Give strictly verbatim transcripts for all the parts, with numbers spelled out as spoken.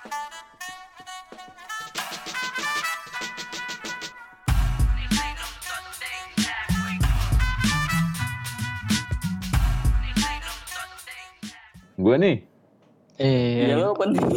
Gue nih. Eh, ya lo apa nih?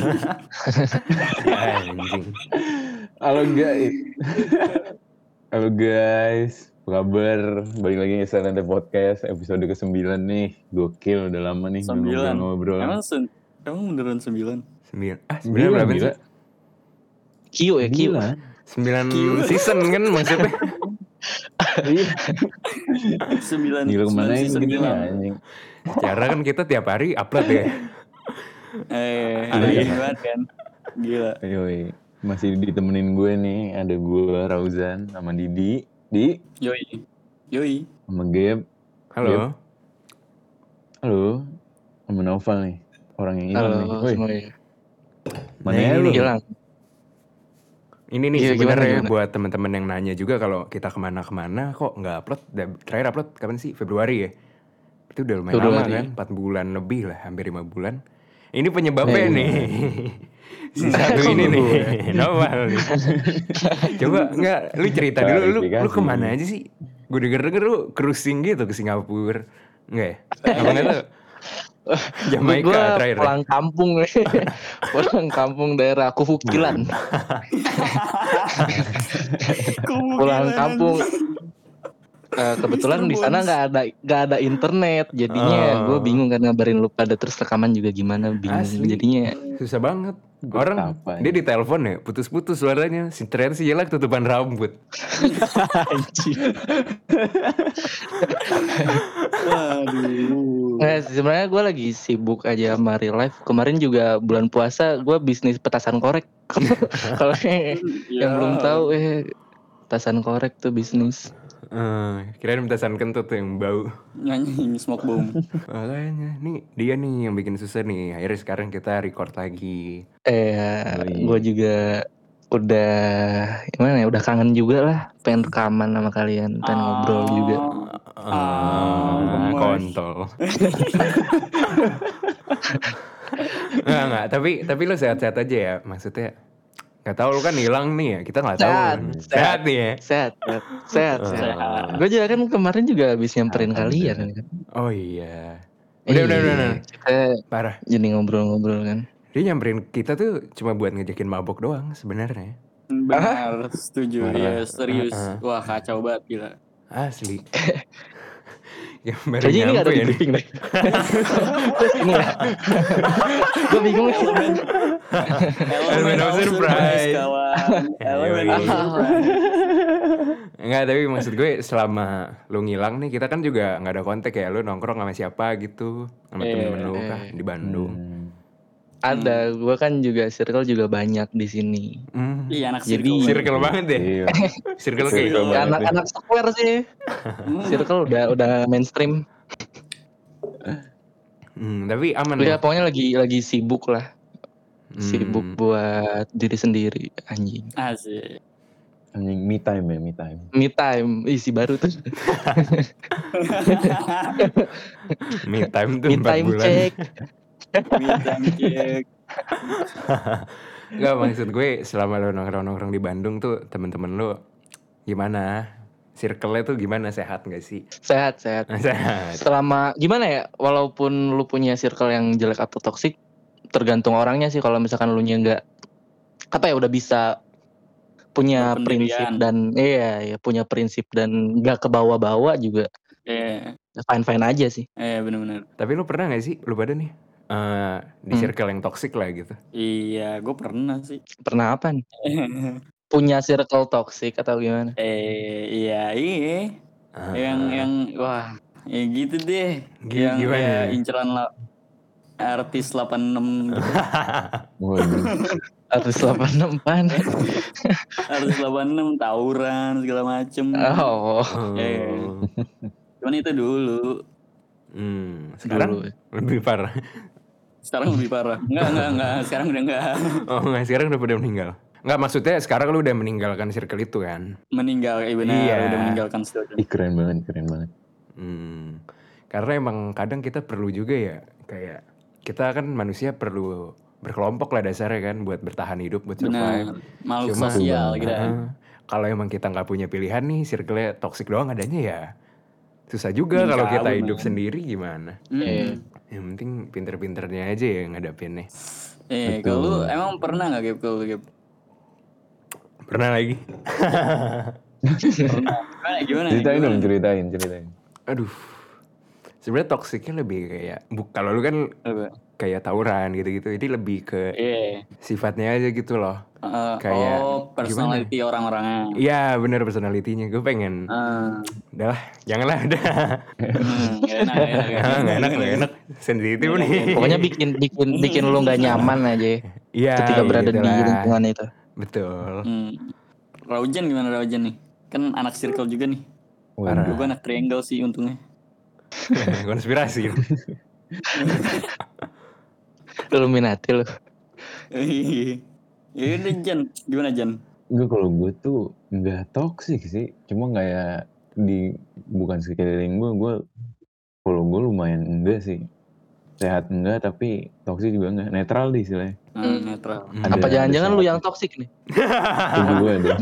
Ya, anjing. Halo guys. Halo guys. Apa kabar? Balik lagi ke Santai Podcast episode kesembilan nih. Gokil, udah lama nih nggak Sembilan. ngobrol-ngobrol. Emang sen- emang beneran sembilan? Sembilan. Ah, sembilan berapa sih? gila. Q ya Q. Gila. Sembilan season kan maksudnya. Iya. Sembilan. Gila kemana sembilan ini season gitu hilang. ya anjing. Secara kan kita tiap hari upload ya. Eh, Iya. aneh banget kan. Gila. Yoi. Masih ditemenin gue nih. Ada gue, Rauzan, sama Didi. Di. Yoi. Yoi. Sama Geb. Halo. Halo. Sama Noval nih. Orang yang hilang nih. Halo Woi. semuanya. Mana Nah, ya ini lu? nih, hilang. Ini nih Iya, sebenarnya gimana, gimana? buat teman-teman yang nanya juga kalau kita kemana-kemana kok nggak upload. Terakhir upload kapan sih? Februari ya? Itu udah lumayan Februari. lama kan? empat bulan lebih lah, hampir lima bulan. Ini penyebabnya Iya. nih. Si satu ini nih. Novel nih. Coba enggak, lu cerita dulu. Lu, lu Klarifikasi. kemana aja sih? Gue denger-denger lu cruising gitu ke Singapura. Enggak ya? Apa enggak tuh? Jamaika Gue terakhir. pulang kampung nih. Pulang kampung daerah Kufukilan. Pulang kampung. Eh, kebetulan di sana nggak ada nggak ada internet, jadinya Oh. gue bingung kan ngabarin lu pada, terus rekaman juga gimana, bingung. Asli. Jadinya Susah banget. Orang Betapa dia ya. di telepon ya, putus-putus suaranya. Si ternyata si jelek tutupan rambut. Aduh. Nah, sebenarnya gue lagi sibuk aja sama real life. Kemarin juga bulan puasa gue bisnis petasan korek. Kalau yang belum tahu eh petasan korek tuh bisnis. Eh, kirain petasan kentut tuh yang bau. Nyanyi smoke bomb. Makanya, nih dia nih yang bikin susah nih. Akhirnya sekarang kita record lagi. Eh, Yoi. gue juga udah gimana ya, udah kangen juga lah, pengen rekaman sama kalian, pengen ngobrol juga. Ah, gemes. kontol. Nggak, nggak. Tapi, tapi lo sehat-sehat aja ya. Maksudnya, nggak tahu lo kan hilang nih ya. Kita nggak tahu. Sehat, Sehat nih ya. Sehat, sehat, sehat, sehat. Ah. Gue juga kan kemarin juga habis nyamperin Alhamdulillah. kalian kan. Oh iya. Udah, udah, Iya, udah, udah. Kita Parah. jadi ngobrol-ngobrol kan. Dia nyamperin kita tuh cuma buat ngejakin mabok doang sebenarnya. Benar, setuju. Parah. Iya, serius. Ah, ah. Wah, kacau banget gila. Asli. Yang baru Kayaknya ini gak ada nyampe di ya nih. briefing deh. Ini ya. Gue bingung. Element of surprise. kawan. Element of Yoi. surprise. Enggak, tapi maksud gue selama lu ngilang nih, kita kan juga gak ada kontak ya. Lu nongkrong sama siapa gitu, sama Eh, temen lu eh. kah di Bandung. Hmm. Ada, gue kan juga circle juga banyak di sini. Hmm. Iya, anak Jadi- circle. Circle banget ya. Iya. Circle kayak Circle gitu. banget. Anak-anak square sih. Circle udah udah mainstream. Hmm, tapi aman Ya loh. pokoknya lagi lagi sibuk lah. Hmm. Sibuk buat diri sendiri, anjing. Asik. Anjing, me time ya, me time. Me time, isi baru tuh. Me time tuh Me empat time bulan. check. Bintang cek. Enggak, maksud gue selama lu nongkrong-nongkrong di Bandung tuh temen-temen lu gimana? Circle-nya tuh gimana, sehat gak sih? Sehat, sehat. Sehat. Selama gimana ya, walaupun lu punya circle yang jelek atau toksik, tergantung orangnya sih. Kalau misalkan lu nya nggak apa ya, udah bisa punya Berpendirian. prinsip dan iya ya punya prinsip dan nggak kebawa-bawa juga, Eh, fine fine aja sih. eh benar-benar. Tapi lu pernah gak sih, lu pada nih eh, di Hmm. circle yang toksik lah gitu? Iya, gue pernah sih. Pernah apa nih? Punya circle toksik atau gimana? eh, iya, iya. Ah. Yang yang wah, ya gitu deh. Gi- yang gimana ya, ya? inceran lah artis delapan puluh enam gitu. Waduh. Artis delapan puluh enam pan. Artis delapan puluh enam tawuran segala macem. Oh, Oh. Eh. Cuman itu dulu. Hmm, sekarang dulu. lebih parah. Sekarang lebih parah. Enggak, enggak, enggak. Sekarang udah enggak. Oh enggak, sekarang udah pada meninggal. Enggak, maksudnya sekarang lu udah meninggalkan circle itu kan? Meninggal, eh benar. Iya. Udah meninggalkan circle. Ih, keren banget, keren banget. Hmm, karena emang kadang kita perlu juga ya, kayak kita kan manusia perlu berkelompok lah dasarnya kan buat bertahan hidup, buat survive. Benar, makhluk Cuma, sosial gitu kan. uh, kalau emang kita nggak punya pilihan nih, circle-nya toxic doang adanya ya susah juga Mending kalau kita kabur, hidup man. sendiri gimana. Hmm. Yang penting pinter-pinternya aja ya ngadapinnya. Eh, Betul. kalau lu emang pernah nggak Gap kalau lu Gap? Pernah lagi? Pernah. Gimana? Gimana? Ceritain gimana? dong, ceritain, ceritain. Aduh, sebenarnya toksiknya lebih kayak, bu kalau lu kan Apa? kayak tawuran gitu-gitu, ini lebih ke Iya. sifatnya aja gitu loh. Uh, Kayak oh, personality orang-orangnya. Iya bener personalitinya, gue pengen, Uh, udah lah, janganlah udah. hmm, gak enak, gak enak, gak Ah, enak. nggak enak, nggak enak, sensitif Nggak nih. enak. Pokoknya bikin bikin bikin lu nggak nyaman aja Iya, ketika berada di gitulah. lingkungan itu. Betul. Hmm. Raujan gimana Raujan nih? Kan anak circle juga nih. Parah. Gue anak triangle sih untungnya. Konspirasi. Illuminati lu. Ya udah Jan, gimana Jan? Gue kalau gue tuh nggak toksik sih, cuma kayak di bukan sekeliling gue, gue kalau gue lumayan enggak sih, sehat enggak tapi toksik juga enggak, netral deh istilahnya. Hmm, netral. Ada- Apa jangan-jangan ada lu sehat. yang toksik nih? Itu gue ada.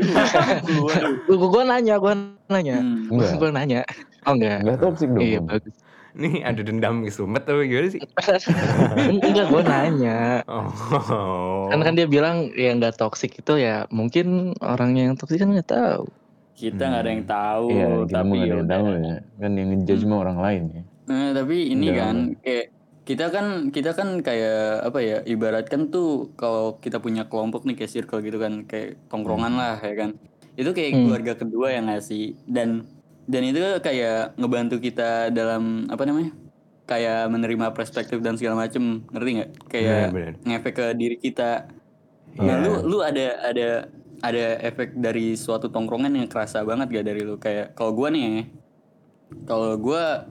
Gue gue nanya, gue nanya. Hmm. Enggak, Gue nanya. Oh enggak. enggak toksik dong. Iya bagus. Nih ada dendam kesumet atau gimana sih? Enggak, gue nanya. Oh. Kan kan dia bilang ya nggak toksik itu ya mungkin orangnya yang toksik kan nggak tahu. Kita nggak ada yang tahu, Iya, kita tapi mah nggak ada ya yang udah. tahu ya, kan yang ngejudge mah orang lain ya. Nah, tapi ini Enggak. kan kayak kita kan kita kan kayak apa ya, ibaratkan tuh kalau kita punya kelompok nih kayak circle gitu kan, kayak tongkrongan lah ya kan. Itu kayak Hmm. keluarga kedua yang ngasih dan dan itu kayak ngebantu kita dalam apa namanya? Kayak menerima perspektif dan segala macem, ngerti nggak? Kayak Bener-bener. ngefek ke diri kita. Nah, Iya. lu lu ada ada ada efek dari suatu tongkrongan yang kerasa banget gak dari lu? Kayak kalau gua nih, kalau gua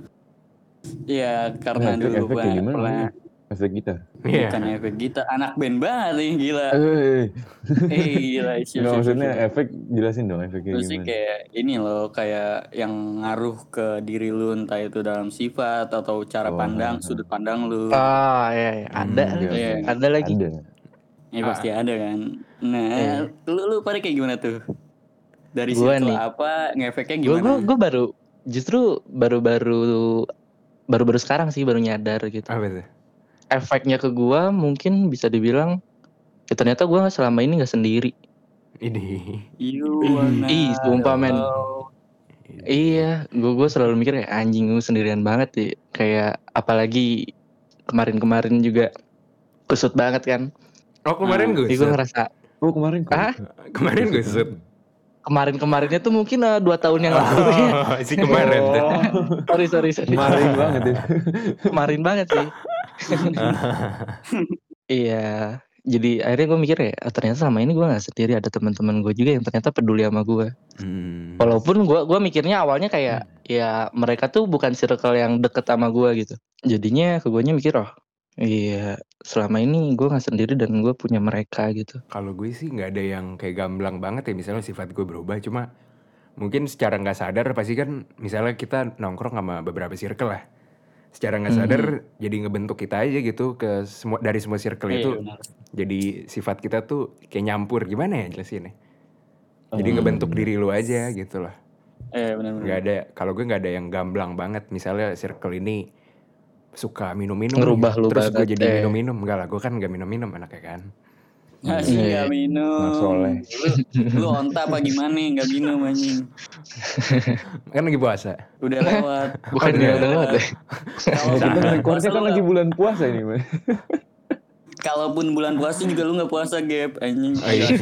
ya karena Nah, efek- dulu efek gua kayak gimana? pernah Efek gitar. Iya. bukan efek gitar, anak band banget nih gila. Eh, Eh gila, siap, nggak siap, maksudnya siap. efek, jelasin dong efeknya Terus sih gimana. kayak ini loh, kayak yang ngaruh ke diri lu, entah itu dalam sifat atau cara Oh, pandang, hmm. sudut pandang lu. Ah iya, iya. ada, Hmm, Iya, iya. ada lagi. Ada. Ya pasti ada kan. Nah, Iya. lu lu pada kayak gimana tuh? Dari Gua circle nih. apa, ngefeknya Gue gimana? gue baru justru baru-baru baru-baru sekarang sih baru nyadar gitu. Apa tuh? Efeknya ke gue mungkin bisa dibilang ya ternyata gue selama ini nggak sendiri. Ini. You Ih, wanna ih, sumpah, men. know. Iya, gue gue selalu mikir kayak anjing gue sendirian banget ya. Kayak apalagi kemarin-kemarin juga kusut banget kan. Oh kemarin gue Jadi gue ngerasa Oh kemarin kok. ah Kemarin gue set. kemarin-kemarinnya tuh mungkin uh, dua tahun yang lalu ya. Oh, si kemarin tuh. Oh, Sorry sorry sorry. kemarin banget ya. Kemarin banget sih. Iya. Jadi akhirnya gue mikir ya, oh, ternyata selama ini gue nggak sendiri, ada teman-teman gue juga yang ternyata peduli sama gue. Hmm. Walaupun gue gue mikirnya awalnya kayak ya mereka tuh bukan circle yang deket sama gue gitu. Jadinya ke guanya mikir oh iya selama ini gue nggak sendiri dan gue punya mereka gitu. Kalau gue sih nggak ada yang kayak gamblang banget ya, misalnya sifat gue berubah, cuma mungkin secara nggak sadar pasti kan misalnya kita nongkrong sama beberapa circle lah, secara nggak sadar jadi ngebentuk kita aja gitu ke semua dari semua circle Iya, itu, benar. jadi sifat kita tuh kayak nyampur, gimana ya jelasinnya, jadi Hmm. ngebentuk diri lu aja gitu lah. Eh benar-benar. Nggak ada, kalau gue nggak ada yang gamblang banget, misalnya circle ini suka minum-minum Ngerubah nih, lu terus gue banget, jadi eh. minum-minum, enggak lah, gue kan nggak minum-minum anaknya kan. Masih Iya. nggak minum. Mas Soleh. Lu, lu onta apa gimana nggak minum anjing? Kan lagi puasa. Udah lewat. Bukan bener. ya udah lewat deh. Kalau Kita bulan recordnya puasa kan lu lagi nggak- bulan puasa ini, Mas. Kalaupun bulan puasa juga lu nggak puasa Gap anjing. Oh, iya.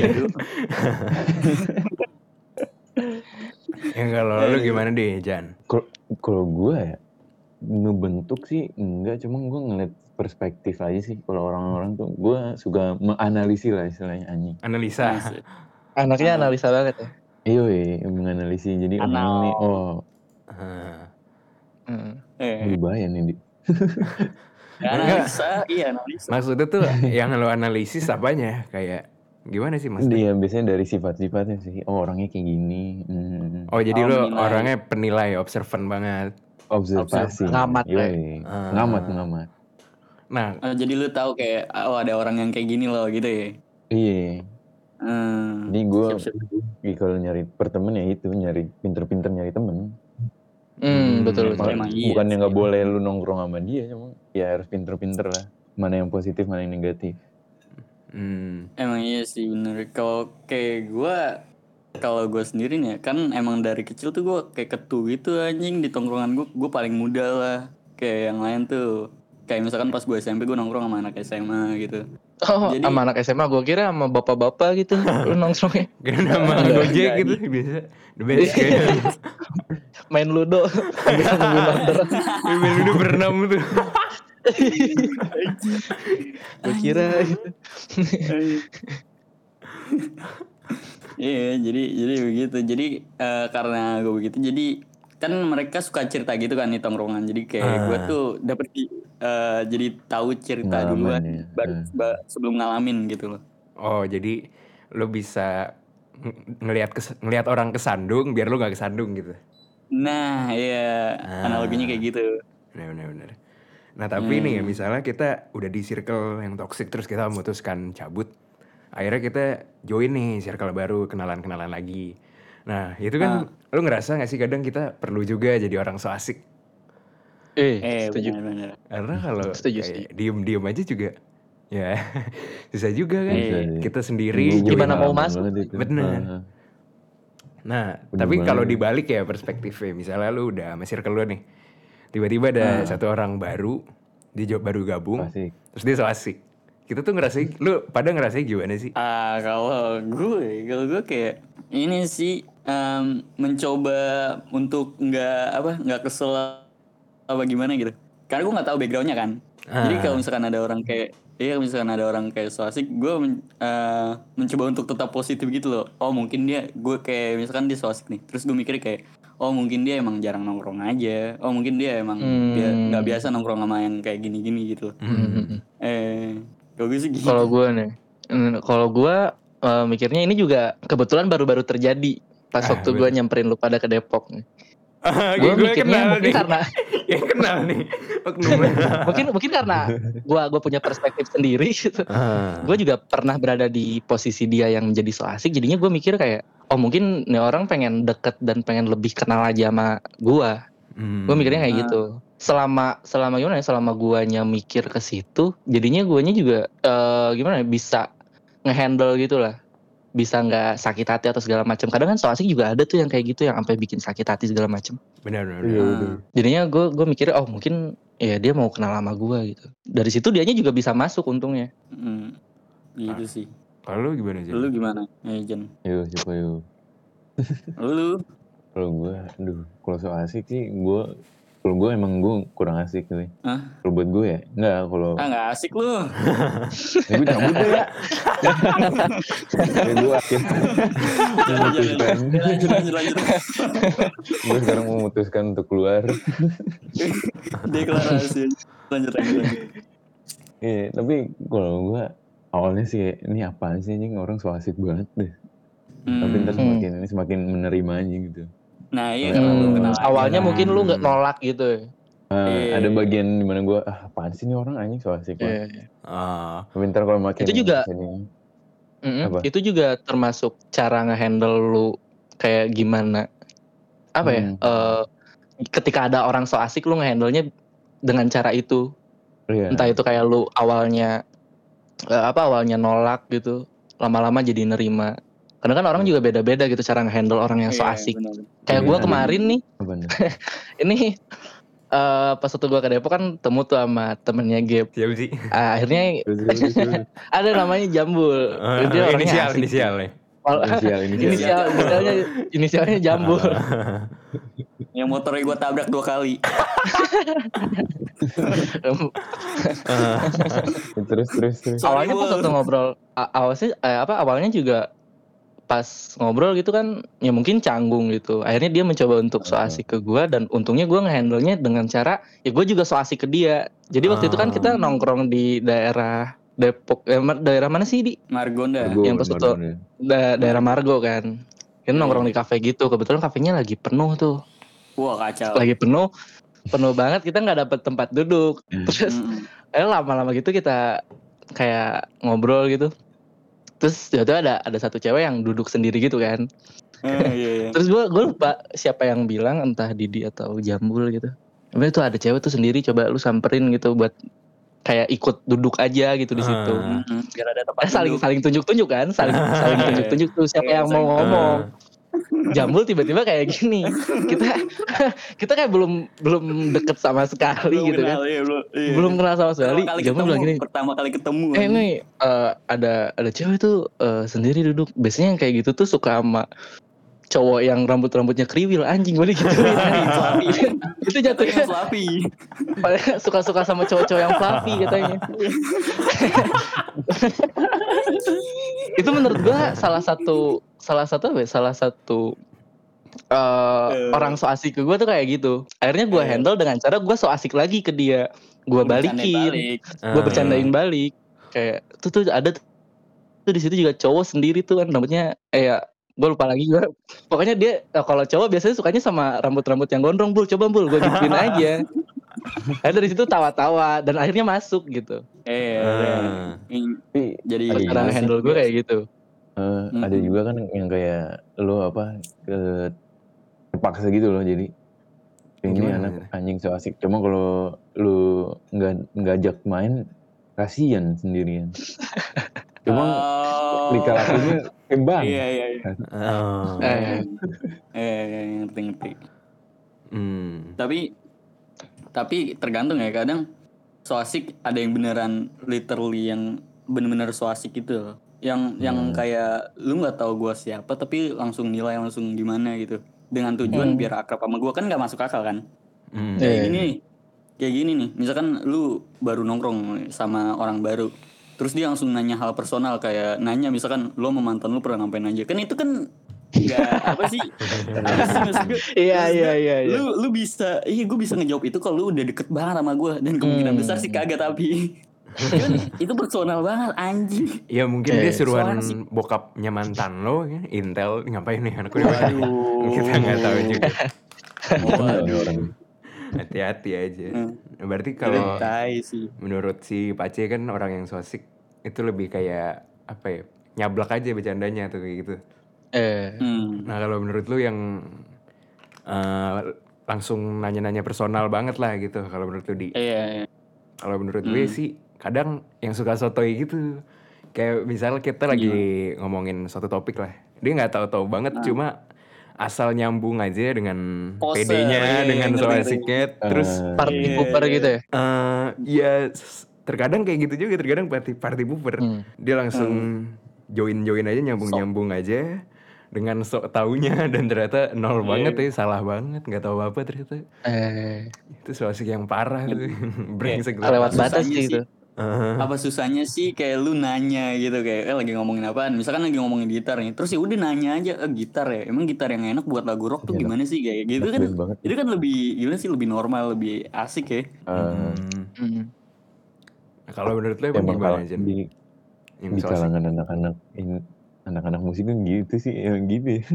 Ya kalau lu gimana deh Jan? Kalau- Kalau gue ya ngebentuk sih enggak, cuma gue ngeliat perspektif aja sih. Kalau orang-orang tuh gue suka menganalisis lah istilahnya anjing. Analisa. Anaknya analisa banget ya. Iya, iya, menganalisis. Jadi orang Anal. ini oh Ah. Hmm. Eh, berbahaya nih. Di. ya, analisa, iya analisa. Maksudnya tuh yang lo analisis apanya? Kayak gimana sih maksudnya? Dia biasanya dari sifat-sifatnya sih. Oh orangnya kayak gini. Hmm. Oh jadi Oh, lo menilai. orangnya penilai, observan banget. Observasi. Ngamat, Iya, ya. iya. Ah. Ngamat, ngamat. Nah, Oh, jadi lu tahu kayak oh ada orang yang kayak gini loh gitu ya. Iya. Hmm, Jadi gue siap, siap. kalau nyari pertemen ya itu nyari pinter-pinter nyari temen. Hmm, betul emang- betul. emang iya Bukannya sih. nggak boleh lu nongkrong sama dia, cuma ya harus pinter-pinter lah. Mana yang positif, mana yang negatif. hmm, Emang iya sih bener. Kalau kayak gue, kalau gue sendiri nih ya, kan emang dari kecil tuh gue kayak ketu gitu anjing di tongkrongan gue. Gue paling muda lah. Kayak yang lain tuh. Kayak misalkan pas gue S M P gue nongkrong sama anak S M A gitu. Oh, Jadi- sama anak S M A gue kira sama bapak-bapak gitu lu nongkrongnya. kira nama Enggak, Gojek enggak, gitu biasa. The best kayak. Main ludo sambil nungguin order. Main udah berenam tuh. Gue kira gitu. Iya, jadi jadi begitu. Jadi eh, karena gue begitu, jadi kan mereka suka cerita gitu kan di tongkrongan. Jadi kayak Ah. gue tuh dapet di- eh, jadi tahu cerita Pengalaman duluan ya. baru Ah. ba- sebelum ngalamin gitu loh. Oh, jadi lo bisa ng- ngelihat kes- ngelihat orang kesandung biar lo nggak kesandung gitu. Nah, iya Ah. analoginya kayak gitu. Benar benar benar. Nah, tapi Hmm. nih ya misalnya kita udah di circle yang toxic terus kita memutuskan cabut. Akhirnya kita join nih circle baru, kenalan-kenalan lagi. Nah, itu kan lo ngerasa gak sih kadang kita perlu juga jadi orang so asik? Eh, Eh, setuju. benar-benar. Karena kalau Setuju, kayak diem-diem aja juga ya susah juga kan. Bisa sih. Kita sendiri Gua- gua Gimana mau pengalaman masuk? banget itu. Bener. Ah. Nah, Bener tapi banget. kalau dibalik ya perspektifnya, misalnya lu udah sama circle lu nih, tiba-tiba ada satu orang baru, dia jo- baru gabung, Asik. terus dia so asik. Kita tuh ngerasain, lu pada ngerasain gimana sih? Ah, kalau gue, kalau gue kayak ini sih em, mencoba untuk nggak apa nggak kesel apa gimana gitu. Karena gue nggak tahu backgroundnya kan. Jadi Ah. kalau misalkan ada orang kayak, iya kalau misalkan ada orang kayak so asik, gue men- eh, mencoba untuk tetap positif gitu loh. Oh mungkin dia, gue kayak misalkan dia so asik nih. Terus gue mikir kayak, oh mungkin dia emang jarang nongkrong aja. Oh mungkin dia emang Hmm. dia nggak biasa nongkrong sama yang kayak gini-gini gitu. Hmm. Eh, kalau gue sih gitu. Kalau gue nih, mm, kalau gue eh, mikirnya ini juga kebetulan baru-baru terjadi pas Ah, waktu gue betul. nyamperin lu pada ke Depok. gue Gue mikirnya mungkin nih. karena Ya kenal nih, oknumnya. mungkin mungkin karena gue gue punya perspektif sendiri gitu. Ah. Gue juga pernah berada di posisi dia yang menjadi so asik, jadinya gue mikir kayak, oh mungkin nih orang pengen deket dan pengen lebih kenal aja sama gue. Hmm. Gue mikirnya kayak Ah. gitu. Selama selama gimana ya? Selama guanya mikir ke situ, jadinya guanya juga eh, gimana ya? Bisa ngehandle gitu lah. Bisa nggak sakit hati atau segala macam. Kadang kan so asik juga ada tuh yang kayak gitu yang sampai bikin sakit hati segala macam. Benar benar. Iya, benar. betul. Jadinya gue gue mikirnya oh mungkin ya dia mau kenal sama gue gitu. Dari situ dianya juga bisa masuk untungnya. Hmm, gitu Ah. sih. Kalau lu gimana sih? Lu gimana, eh, Jen? Yuk, coba yuk. Lu? Kalau gue, aduh, kalau so asik sih, gue, kalau gue emang gue kurang asik sih. Hah? Kalau buat gue ya, enggak, kalau Ah nggak asik lu. ya gue cabut deh ya. Ya gue akhirnya memutuskan, Lanjut, lanjut, lanjut. gue sekarang memutuskan untuk keluar. Deklarasi. Lanjut, lanjut, lanjut. Iya, tapi kalau gue awalnya sih kayak, ini apaan sih anjing orang so asik banget deh. Tapi ntar Hmm. semakin ini semakin menerima aja gitu. Nah iya Hmm, kalau lu Hmm, kenal. awalnya Hmm. mungkin lu nggak nolak gitu ya. Ah, Iya. ada bagian dimana gue, ah apaan sih ini orang anjing so asik banget. Iya. Ah. Tapi ntar kalau makin Itu juga- kesini, Mm-mm. Apa? Itu juga termasuk cara ngehandle lu kayak gimana apa ya? Hmm. eh, ketika ada orang so asik lu ngehandle-nya dengan cara itu. iya. Entah itu kayak lu awalnya eh, apa awalnya nolak gitu, lama-lama jadi nerima. Karena kan orang juga beda-beda gitu cara ngehandle orang yang so Iya, asik. benar. Kayak Iya, gua ada- kemarin nih, Apa nih? ini eh, pas waktu gua ke Depok kan temu tuh sama temennya Gap. Siapa sih? Ah, akhirnya Terus, terus, terus. ada namanya Jambul. Ah, Dia orangnya inisial asik. inisial ya. Wal- Inisial, inisial. inisial inisialnya inisialnya Jambul. Yang motornya gue tabrak dua kali. Terus, terus, terus. Sorry, Awalnya pas Bul. waktu ngobrol, a- awalnya eh, apa awalnya juga pas ngobrol gitu kan, ya mungkin canggung gitu. Akhirnya dia mencoba untuk so asik ke gue dan untungnya gue ngehandle-nya dengan cara ya gue juga so asik ke dia. Jadi waktu itu kan kita nongkrong di daerah Depok, eh, ma- daerah mana sih di Margonda. Margo, yang pas Margo, itu- ya. Da- daerah Margo kan. Kita nongkrong di kafe gitu. Kebetulan kafenya lagi penuh tuh, Wah kacau. lagi penuh, penuh banget. Kita nggak dapet tempat duduk. Terus Mm-mm. eh lama-lama gitu kita kayak ngobrol gitu. Terus waktu itu ada ada satu cewek yang duduk sendiri gitu kan. Oh, iya, iya. Terus gue gue lupa siapa yang bilang, entah Didi atau Jambul gitu. Tapi itu ada cewek tuh sendiri, coba lu samperin gitu buat kayak ikut duduk aja gitu di situ. Ah. Mm, biar ada tempat Eh, saling duduk. saling tunjuk-tunjuk kan, saling saling tunjuk-tunjuk tuh siapa Iya, yang mau saling- ngomong. Ah. Jambul tiba-tiba kayak gini. Kita kita kayak belum belum deket sama sekali Belum gitu kenal, kan. iya, belum, iya. Belum kenal sama Pertama sekali. kali Jambul ketemu, bilang gini, pertama kali ketemu. eh ini eh, ada ada cewek tuh eh, sendiri duduk. Biasanya yang kayak gitu tuh suka sama cowok yang rambut-rambutnya kriwil, anjing gue digituin. Fluffy. Itu jatuhnya Fluffy. padahal suka-suka sama cowok-cowok yang fluffy katanya. Itu menurut gua salah satu salah satu apa ya? Salah satu eh, Eh. orang so asik ke gua tuh kayak gitu. Akhirnya gua Eh. handle dengan cara gua so asik lagi ke dia. Gua Bercandain balikin, balik. gua Ah. bercandain balik. Kayak tuh tuh ada tuh di situ juga cowok sendiri tuh kan rambutnya eh ya gue lupa lagi gue. Pokoknya dia eh, kalau cowok biasanya sukanya sama rambut-rambut yang gondrong, Bul. Coba Bul, gue gituin aja. Akhirnya dari situ tawa-tawa dan akhirnya masuk gitu. Eh, Ah. ini- Tapi jadi ada Cara juga sih, handle gue kayak gitu. eh, ada Mm-mm. juga kan yang kayak lo apa ke terpaksa gitu loh, jadi ini Gimana, anak gimana? anjing so asik. Cuma kalau lu nggak ngajak main, kasihan sendirian. Cuma Oh. lika lakunya kembang. Iya, iya, iya. Oh. Eh, Eh, eh, ngerti ngerti. Hmm. Tapi tapi tergantung ya, kadang so asik ada yang beneran literally yang bener-bener so asik gitu. Yang yang Hmm. kayak lu nggak tahu gua siapa tapi langsung nilai langsung gimana gitu. Dengan tujuan Hmm. biar akrab sama gua, kan nggak masuk akal kan. Hmm. Kayak Iya. gini nih. Kayak gini nih. Misalkan lu baru nongkrong sama orang baru. Terus dia langsung nanya hal personal, kayak nanya misalkan lo sama mantan lu pernah ngapain aja. Kan itu kan nggak apa sih? Apa sih maksud gue? Iya Maksud iya gue, iya. iya. Lu lu bisa, iya gue bisa ngejawab itu kalau lu udah deket banget sama gue, dan kemungkinan Hmm. besar sih kagak, tapi kan itu personal banget anjing. Ya mungkin Eh, dia suruhan soalnya sih- bokapnya mantan lo ya, Intel ngapain nih anakku nih. Waduh. Kita nggak tahu juga. Enggak nih orang. Hati-hati aja. Hmm. Berarti Kalau kalau tai sih. menurut si Pace kan orang yang so asik itu lebih kayak apa ya, nyablak aja bercandanya tuh kayak gitu. Eh, Hmm. Nah kalau menurut lu yang eh, langsung nanya-nanya personal banget lah gitu, kalau menurut lu Di. Iya, iya. Kalau menurut gue Hmm. sih kadang yang suka sotoy gitu. Kayak misalnya kita lagi ngomongin suatu topik lah, dia nggak tahu-tahu banget, Nah. cuma asal nyambung aja dengan Poser, pedenya, iya, dengan ngerti, so ngerti. asiknya, terus Eh, party Iya, pooper iya. gitu ya. eh ya s- terkadang kayak gitu juga, terkadang party party pooper. Hmm. Dia langsung join-join aja, nyambung-nyambung aja dengan sok taunya, dan ternyata nol Iya. banget ya, salah banget, nggak tahu apa ternyata. Eh, Itu so asik yang parah tuh. Brengsek tuh. kelewat batas Susahnya sih sih. itu. Eh, Apa susahnya sih kayak lu nanya gitu, kayak eh, lagi ngomongin apaan, misalkan lagi ngomongin gitar nih, terus ya udah nanya aja, eh, gitar ya, emang gitar yang enak buat lagu rock tuh Enak. gimana sih, kayak gitu kan. Keren banget. Itu kan lebih gimana sih, lebih normal, lebih asik ya. eh, hmm. Hmm. Kalau menurut lo emang emang gimana kalau Jen? di Yang di so asik? kalangan anak-anak ini anak-anak musik kan gitu sih, emang gitu ya.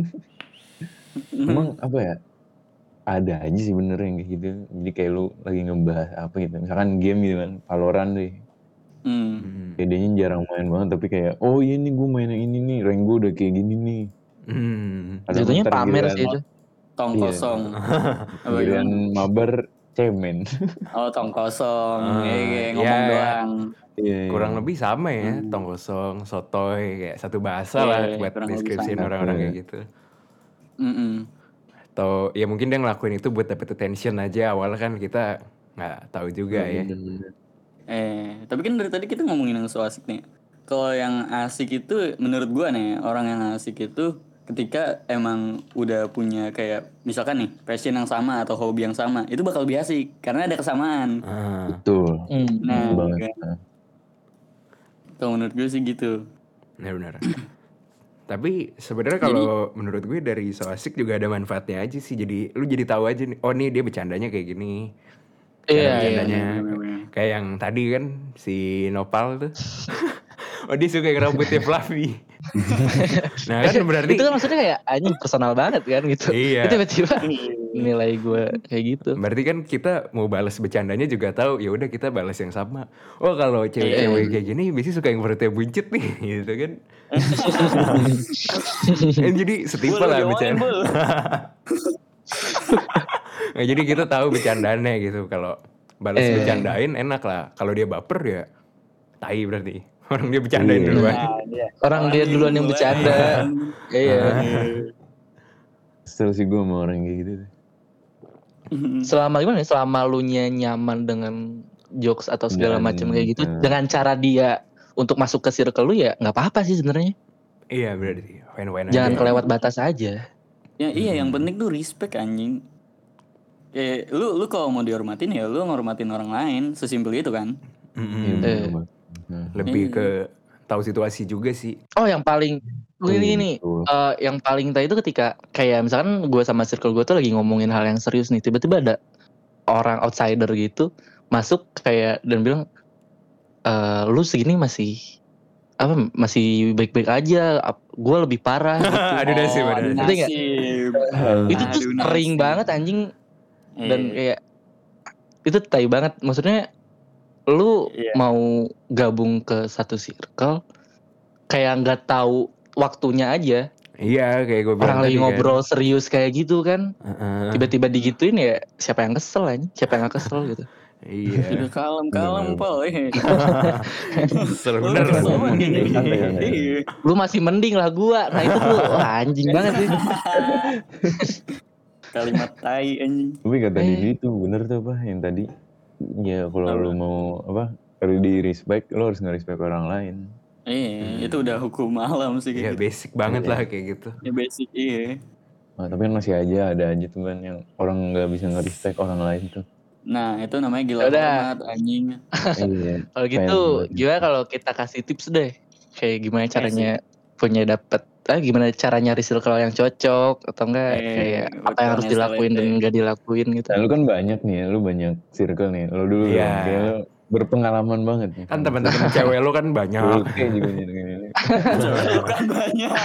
Emang apa ya? Ada aja sih bener yang kayak gitu. Jadi kayak lu lagi ngebahas apa gitu. Misalkan game gitu kan, Valorant deh. Hmm. Hmm. Pedenya jarang main banget, tapi kayak oh iya nih gue main yang ini nih, rank gue udah kayak gini nih. Hmm. Padahal Jatuhnya ntar pamer giliran- sih itu. Tong Iya. kosong. Apa Giliran gimana? mabar cemen. Oh, tong kosong. Ah, Eh, kayak iya, ngomong iya. doang. Iya, iya. Kurang lebih sama ya, Hmm. tong kosong, sotoy, kayak satu bahasa Iya, lah iya, buat kurang lebih deskripsiin sama. orang-orang Iya. kayak gitu. Mm-mm. Atau ya mungkin dia ngelakuin itu buat dapet attention aja, awalnya kan kita nggak tahu juga ya. Bener-bener. Eh, tapi kan dari tadi kita ngomongin yang so asik nih. Kalau yang asik itu menurut gua nih, orang yang asik itu ketika emang udah punya kayak misalkan nih passion yang sama atau hobi yang sama, itu bakal lebih asik karena ada kesamaan. Ah, Betul. Hmm. Nah, Betul banget. kan. Nah, Kalau menurut gue sih gitu. benar-benar. Tapi sebenarnya kalau menurut gue dari so asik juga ada manfaatnya aja sih. Jadi lu jadi tahu aja nih, oh nih dia bercandanya kayak gini. Iya, Cara iya. bercandanya bener-bener. kayak yang tadi kan si Nopal tuh. Oh dia suka yang rambutnya fluffy. Nah kan berarti Itu kan maksudnya kayak anjing personal banget kan gitu. Iya. Itu tiba-tiba nilai gue kayak gitu. Berarti kan kita mau balas bercandanya juga tahu, ya udah kita balas yang sama. Oh kalau cewek-cewek kayak gini biasanya suka yang perutnya buncit nih, gitu kan. Eh, jadi setipe lah bercanda. Nah, jadi kita tahu bercandaannya gitu. Kalau balas Eh. bercandain enak lah. Kalau dia baper ya tai berarti. Orang dia bercandain Iya. duluan. Nah, dia. Orang dia duluan yang bercanda. Iya. Kesel sih gue sama orang kayak gitu. Selama gimana ya? Selama lu nya nyaman dengan jokes atau segala Dan, macam kayak gitu, eh. dengan cara dia untuk masuk ke circle lu ya nggak apa-apa sih sebenarnya. Iya berarti. Fine-fine aja. Jangan kelewat batas aja. Ya iya yang penting tuh respect anjing. Eh lu lu kalau mau dihormatin ya lu ngormatin orang lain, sesimpel itu kan. Mm-mm. Iya, bener Eh. banget. Nah, Lebih Iya. ke tahu situasi juga sih. Oh yang paling gini nih, betul. eh, yang paling tadi itu ketika kayak misalkan gue sama circle gue tuh lagi ngomongin hal yang serius nih, tiba-tiba ada orang outsider gitu masuk kayak dan bilang, eh lu segini masih apa masih baik-baik aja, gue lebih parah. Gitu. Aduh nasib, aduh aduh nasib. Ngerti nggak? nasib. Itu tuh Aduh, sering nasib. banget anjing dan Iya. kayak itu tai banget. Maksudnya lu Iya. mau gabung ke satu circle kayak nggak tahu waktunya aja. Iya kayak gue bilang Orang lagi tadi ngobrol kan. serius kayak gitu kan, Uh-uh. tiba-tiba digituin ya siapa yang kesel aja, siapa yang gak kesel gitu. Iya. Udah kalem-kalem Bener. pol. eh. Seru Lu bener. kesel banget gini. Santai, santai. Iya. Lu masih mending lah gua, nah itu tuh wah, anjing banget sih. Kalimat tai anjing. Tapi kata Eh. Didi tuh bener tuh apa yang tadi. Ya kalau Apa? lu mau apa, kalau di respect, lu harus nge-respect orang lain. Iya, itu udah hukum alam sih Iya kayak gitu. basic banget Iya. lah kayak gitu. Ya basic iya. Nah, tapi kan masih aja ada aja tuh kan yang orang nggak bisa nge-respect orang lain tuh. Nah, itu namanya gila Yaudah. hormat anjing. Iya. Kalau gitu Kayak- gimana kalau kita kasih tips deh, kayak gimana caranya punya dapet, ah gimana cara nyari circle yang cocok atau enggak Eh, kayak apa yang harus bakalan dilakuin dan selete. enggak dilakuin gitu. Nah, lu kan banyak nih, lu banyak circle nih. Lu dulu Iya. dong, kayak lu berpengalaman banget nih. Kan teman-teman cewek lo kan banyak. Oke juga nih gini. Bukan banyak.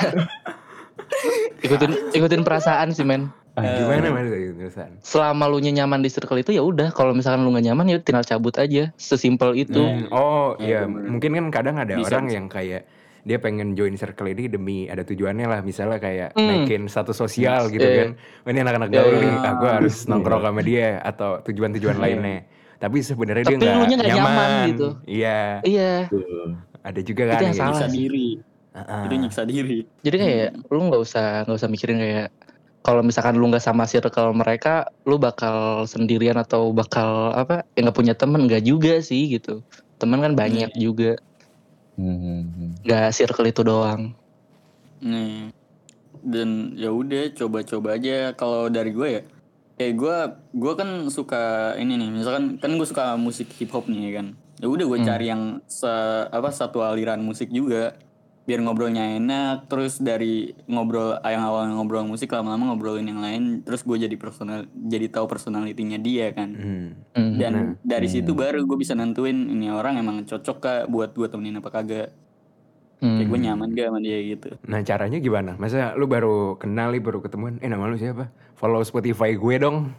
Ikutin ikutin perasaan sih men. Ah, gimana mas terusan? Selama lu nya nyaman di circle itu ya udah, kalau misalkan lu nggak nyaman ya tinggal cabut aja, sesimpel itu. Hmm. Oh Ya, iya, bener. mungkin kan kadang ada Bisa, orang bisa. yang kayak dia pengen join circle ini demi ada tujuannya lah, misalnya kayak Hmm. naikin status sosial gitu Iya. kan. Wah, ini anak-anak Iya, gaul iya. nih, ah gue harus Iya. nongkrong sama dia atau tujuan-tujuan Iya. lainnya. Tapi sebenarnya dia Tapi nggak lunya nggak nyaman. nyaman gitu. Iya, Iya. Tuh. ada juga Itu kan. yang kayak salah Nyiksa sih. diri. Ah, Itu nyiksa diri. Jadi kayak lu nggak usah nggak usah mikirin kayak kalau misalkan lu nggak sama circle mereka, lu bakal sendirian atau bakal apa? Ya nggak punya temen, nggak juga sih gitu. Temen kan banyak juga, Hmm. nggak circle itu doang. Nih. Dan ya udah coba-coba aja kalau dari gue ya. Kayak gue gue kan suka ini nih, misalkan kan gue suka musik hip hop nih ya kan. Ya udah gue Hmm. cari yang se, apa satu aliran musik juga biar ngobrolnya enak. Terus dari ngobrol yang awalnya ngobrol musik lama-lama ngobrolin yang lain, terus gue jadi personal jadi tahu personalitinya dia kan. hmm. Hmm. Dan Nah. dari Hmm. situ baru gue bisa nentuin ini orang emang cocok kah buat gue temenin apa kagak. Hmm. Kayak gue nyaman gak sama dia gitu. Nah caranya gimana? Masa lu baru kenal nih, baru ketemuan, eh nama lu siapa? Follow Spotify gue dong.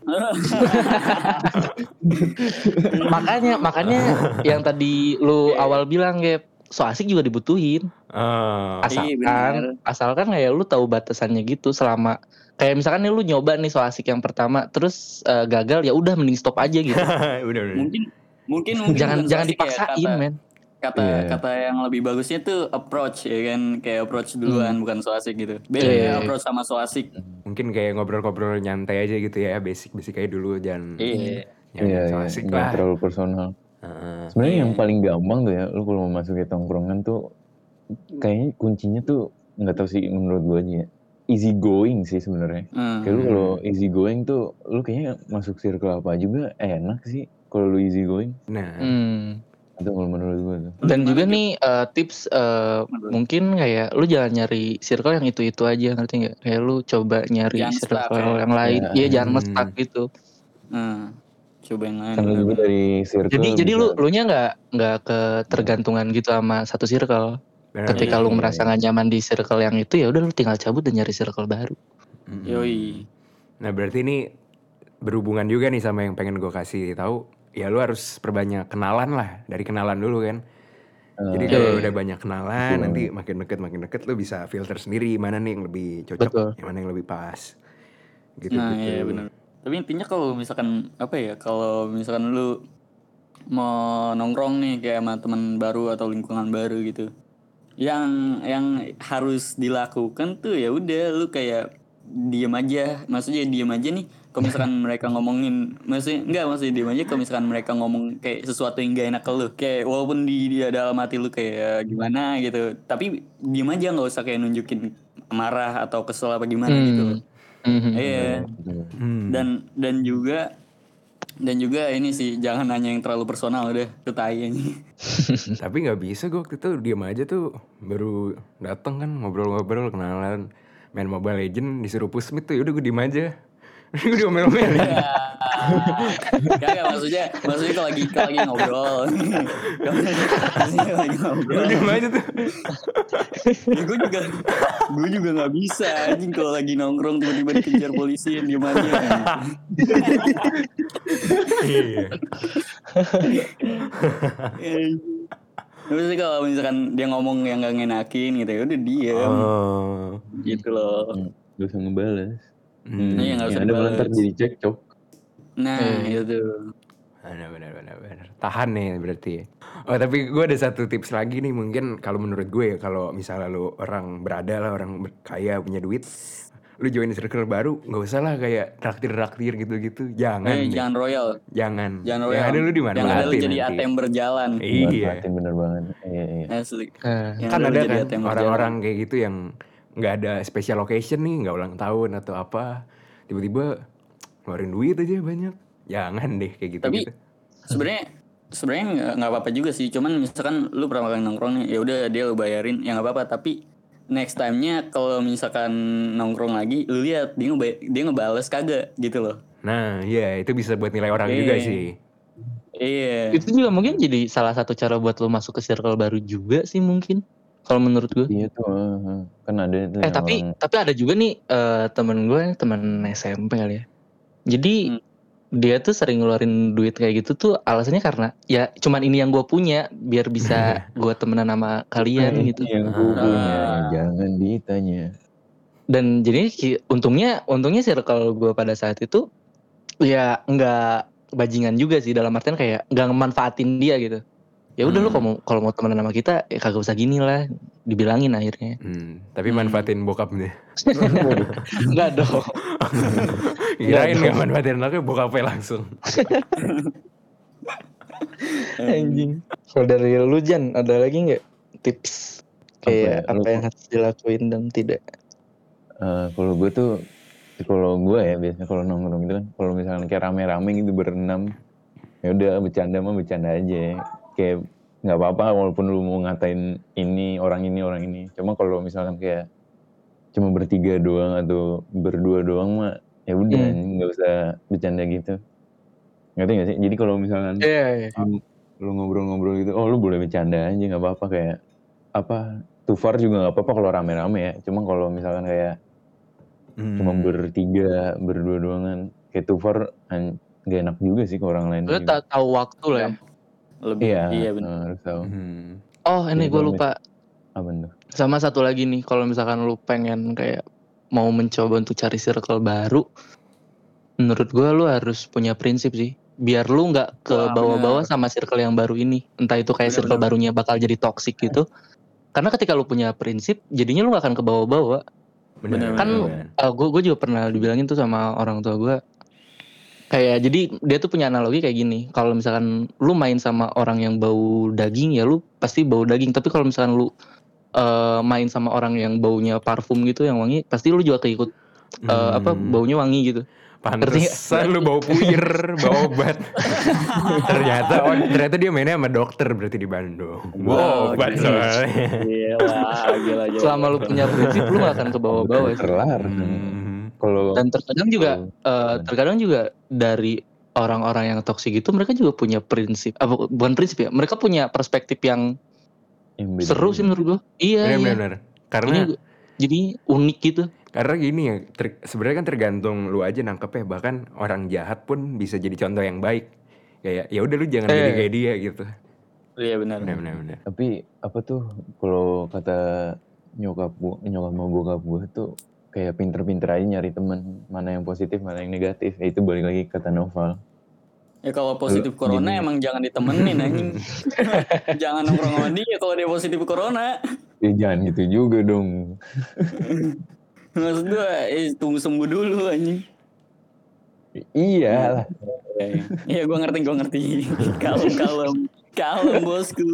makanya makanya yang tadi lu awal bilang Gap, so asik juga dibutuhin. Ah. Iya, bener. Asalkan asalkan kayak lu tahu batasannya gitu. Selama kayak misalkan nih lu nyoba nih so asik yang pertama terus eh, gagal, ya udah mending stop aja gitu. Udah udah. mungkin mungkin mungkin jangan bukan jangan so asik ya, dipaksain kata, men. kata Iya. kata yang lebih bagusnya tuh approach ya kan, kayak approach duluan bukan so asik gitu. Beda Iya. ya approach sama so asik. Mungkin kayak ngobrol-ngobrol nyantai aja gitu ya, basic-basic aja dulu, jangan Iya. jangan Iya, so iya. asik Jangan lah. terlalu personal. Heeh. Sebenarnya Iya. yang paling gampang tuh ya, lu kalau mau masuk ke tongkrongan tuh kayaknya kuncinya tuh nggak tahu sih menurut gue aja ya. Easy going sih sebenarnya. Hmm. Kayak lu kalau easy going tuh lu kayaknya masuk circle apa juga enak sih kalau lu easy going. Nah, Hmm. Itu kalau menurut gue tuh. Dan Gimana, juga Gap? nih eh, tips eh, Menurut- mungkin kayak lu jangan nyari circle yang itu-itu aja, ngerti nggak? Kayak lu coba nyari Jangan circle stuck ya. yang lain. Ya. Iya jangan Hmm. nge-stuck gitu. Hmm. Coba yang lain. Karena juga bener-bener. dari circle Jadi jadi bisa- lu lu nya nggak nggak ketergantungan gitu sama satu circle. benar. Ketika Iya, lu iya, merasa iya. nggak nyaman di circle yang itu, ya udah lu tinggal cabut dan nyari circle baru. Mm-mm. Yoi. Nah berarti ini berhubungan juga nih sama yang pengen gue kasih tahu. Ya lu harus perbanyak kenalan lah, dari kenalan dulu kan. Jadi Eh, kalau Iya, lu udah iya. banyak kenalan, betul. nanti makin deket makin deket lu bisa filter sendiri mana nih yang lebih cocok, Betul. yang mana yang lebih pas. Nah Gitu-gitu. iya benar. Tapi intinya kalau misalkan apa ya, kalau misalkan lu mau nongkrong nih kayak sama teman baru atau lingkungan baru gitu, yang yang harus dilakukan tuh ya udah lu kayak diem aja, maksudnya diem aja nih kalau misalkan mereka ngomongin, maksudnya enggak, maksudnya diem aja kalau misalkan mereka ngomong kayak sesuatu yang gak enak ke lu, kayak walaupun di dia dalam hati lu kayak gimana gitu, tapi diem aja, nggak usah kayak nunjukin marah atau kesel apa gimana gitu loh. Hmm. Mhm. Iya. Betul. Hmm. dan dan juga dan juga ini sih, jangan nanya yang terlalu personal, udah itu tai aja. Tapi nggak bisa, gue waktu itu diem aja tuh, baru dateng kan ngobrol-ngobrol kenalan, main Mobile Legend disuruh push mid tuh, yaudah gue diem aja. Gue diomel-omelin. Kagak, maksudnya maksudnya kalau lagi kalau lagi ngobrol. Maksudnya kalau lagi ngobrol. Gue diem aja tuh. Ya gue juga gue juga nggak bisa anjing kalau lagi nongkrong tiba-tiba dikejar polisi yang diem aja. Iya. Terus sih kalau misalkan dia ngomong yang gak ngenakin gitu ya udah diem Oh. gitu loh. Hmm, gak usah ngebales. Hmm. Iya, nggak usah Yang ada malah ntar dibales. jadi cekcok. Nah Eh. itu. Benar, benar, benar, benar. Tahan nih berarti. Oh tapi gue ada satu tips lagi nih, mungkin kalau menurut gue ya, kalau misalnya lu orang berada lah, orang ber- kaya punya duit, lu join circle baru, nggak usah lah kayak traktir-traktir gitu-gitu, jangan Eh deh. jangan royal. Jangan. Jangan Yang royal. ada lu Yang ada lu dimanfaatin jadi nanti. A T M berjalan. Iya. Manfaatin bener banget. Iya, iya. Asli. Eh, Yang Kan ada lu ada jadi kan A T M berjalan. orang-orang kayak gitu yang nggak ada special occasion nih, nggak ulang tahun atau apa, tiba-tiba ngeluarin duit aja banyak. Jangan deh kayak gitu. Tapi gitu. sebenarnya sebenarnya nggak nggak apa-apa juga sih, cuman misalkan lu pertama kali nongkrong nih, ya udah dia lu bayarin, ya nggak apa-apa. Tapi next time-nya kalau misalkan nongkrong lagi, lu lihat dia ngeba- dia ngebales kagak gitu loh. Nah, iya itu bisa buat nilai orang Iya. juga sih. Iya. itu juga mungkin jadi salah satu cara buat lo masuk ke circle baru juga sih mungkin. Kalau menurut gue. Iya tuh, uh, uh. Kan ada itu Eh yang tapi orang tapi ada juga nih eh, temen gue, temen S M P kali ya. Jadi Hmm. dia tuh sering ngeluarin duit kayak gitu tuh alasannya karena ya cuman ini yang gue punya, biar bisa gue temenan sama kalian "Eh, gitu. ini yang gue Ah. punya, jangan ditanya. Dan jadi ki- untungnya untungnya circle gue pada saat itu ya nggak bajingan juga sih, dalam artian kayak nggak ngemanfaatin dia gitu. Ya udah lu Hmm. kalau mau kalau mau temenan sama kita ya kagak usah gini lah, dibilangin akhirnya. Hmm, tapi Hmm. manfaatin bokap deh. Enggak dong. Kirain dong. nggak manfaatin anaknya, bokapnya langsung. Anjing. Kalau dari lu Jan, ada lagi nggak tips kayak Apa ya, apa, lu- yang harus dilakuin dan tidak? Eh, kalau gue tuh, kalau gue ya biasanya kalau nongkrong itu kan, kalau misalkan kayak rame-rame gitu berenam, ya udah bercanda mah bercanda aja. Kayak nggak apa-apa walaupun lu mau ngatain ini orang ini orang ini. Cuma kalau misalkan kayak cuma bertiga doang atau berdua doang mah, ya udah Hmm. nggak usah bercanda gitu. Ngerti nggak sih? Jadi kalau misalkan Iya, iya. lu, lu ngobrol-ngobrol gitu, oh lu boleh bercanda aja nggak apa-apa, kayak apa tufar juga nggak apa-apa kalau rame-rame ya. Cuma kalau misalkan kayak Hmm. cuma bertiga berdua doang kan kayak tufar an- nggak enak juga sih ke orang lain Lu juga. tak tahu waktu lah ya. Lebih Iya, iya benar. eh, harus tahu. Hmm. Oh ini Jadi gue kalau lupa. Apa tuh? Sama satu lagi nih, kalau misalkan lu pengen kayak mau mencoba untuk cari circle baru, menurut gue lu harus punya prinsip sih, biar lu nggak ke Wah, bawah-bawah benar. sama circle yang baru ini. Entah itu kayak Benar, circle benar. barunya bakal jadi toxic gitu. Karena ketika lu punya prinsip, jadinya lu gak akan ke bawah-bawah. Benar, Benar, Kan benar, benar. uh, gue gue juga pernah dibilangin tuh sama orang tua gue. Kayak jadi dia tuh punya analogi kayak gini. Kalau misalkan lu main sama orang yang bau daging, ya lu pasti bau daging. Tapi kalau misalkan lu uh, main sama orang yang baunya parfum gitu yang wangi, pasti lu juga keikut uh, apa Hmm. baunya wangi gitu. Ngerti nggak? Pantesan lu bau puyer, bau obat. ternyata oh, ternyata dia mainnya sama dokter berarti di Bandung. Bau Oh, obat gitu. soalnya. Gila, gila, gila. Selama lu punya prinsip, lu gak akan ke bawah-bawah sih. Terlar. Hmm. Kalau Dan terkadang juga kalau- uh, terkadang juga dari orang-orang yang toksik itu mereka juga punya prinsip, apa bukan prinsip ya, mereka punya perspektif yang yang beda seru sih menurut gua. Iya, iya. Benar-benar. Karena Ini jadi unik gitu. Karena gini ya, ter- sebenarnya kan tergantung lu aja nangkepnya. Bahkan orang jahat pun bisa jadi contoh yang baik. Kayak ya udah lu jangan jadi Eh. kayak dia gitu. Iya benar. Benar benar benar. Tapi apa tuh kalau kata nyokap gua, nyokap sama bokap gua tuh kayak pinter-pinter aja nyari teman, mana yang positif, mana yang negatif. Ya, itu balik lagi kata Noval. Ya kalau positif Lu- corona jadi- emang jangan ditemenin anjing. Jangan nongkrong sama dia kalau dia positif corona. Ya jangan gitu juga dong. Maksud gue eh, tunggu sembuh dulu anjing. Iya lah. Iya gue ngerti gue ngerti. Kalem kalem kalem bosku.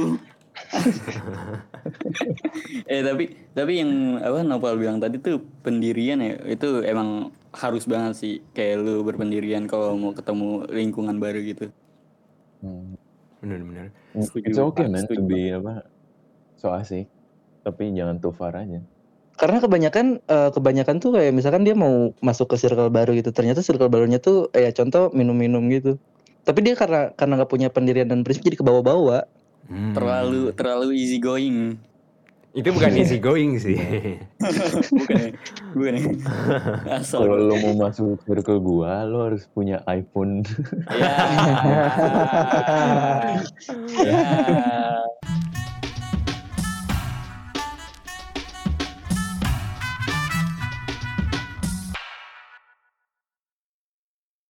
eh tapi tapi yang apa Nopal bilang tadi tuh pendirian ya, itu emang harus banget sih kayak lu berpendirian kalau mau ketemu lingkungan baru gitu. Hmm. Benar-benar. Setuju, It's okay man setuju. to be apa so asik, tapi jangan too far aja. Karena kebanyakan eh, kebanyakan tuh kayak misalkan dia mau masuk ke circle baru gitu, ternyata circle barunya tuh ya contoh minum-minum gitu. Tapi dia karena karena nggak punya pendirian dan prinsip jadi kebawa-bawa. Hmm. Terlalu terlalu easy going. Itu bukan easy going sih. Bukan ya? Bukan ya? Asal. Kalau lo mau masuk circle gua, lo harus punya iPhone. Ya. Ya.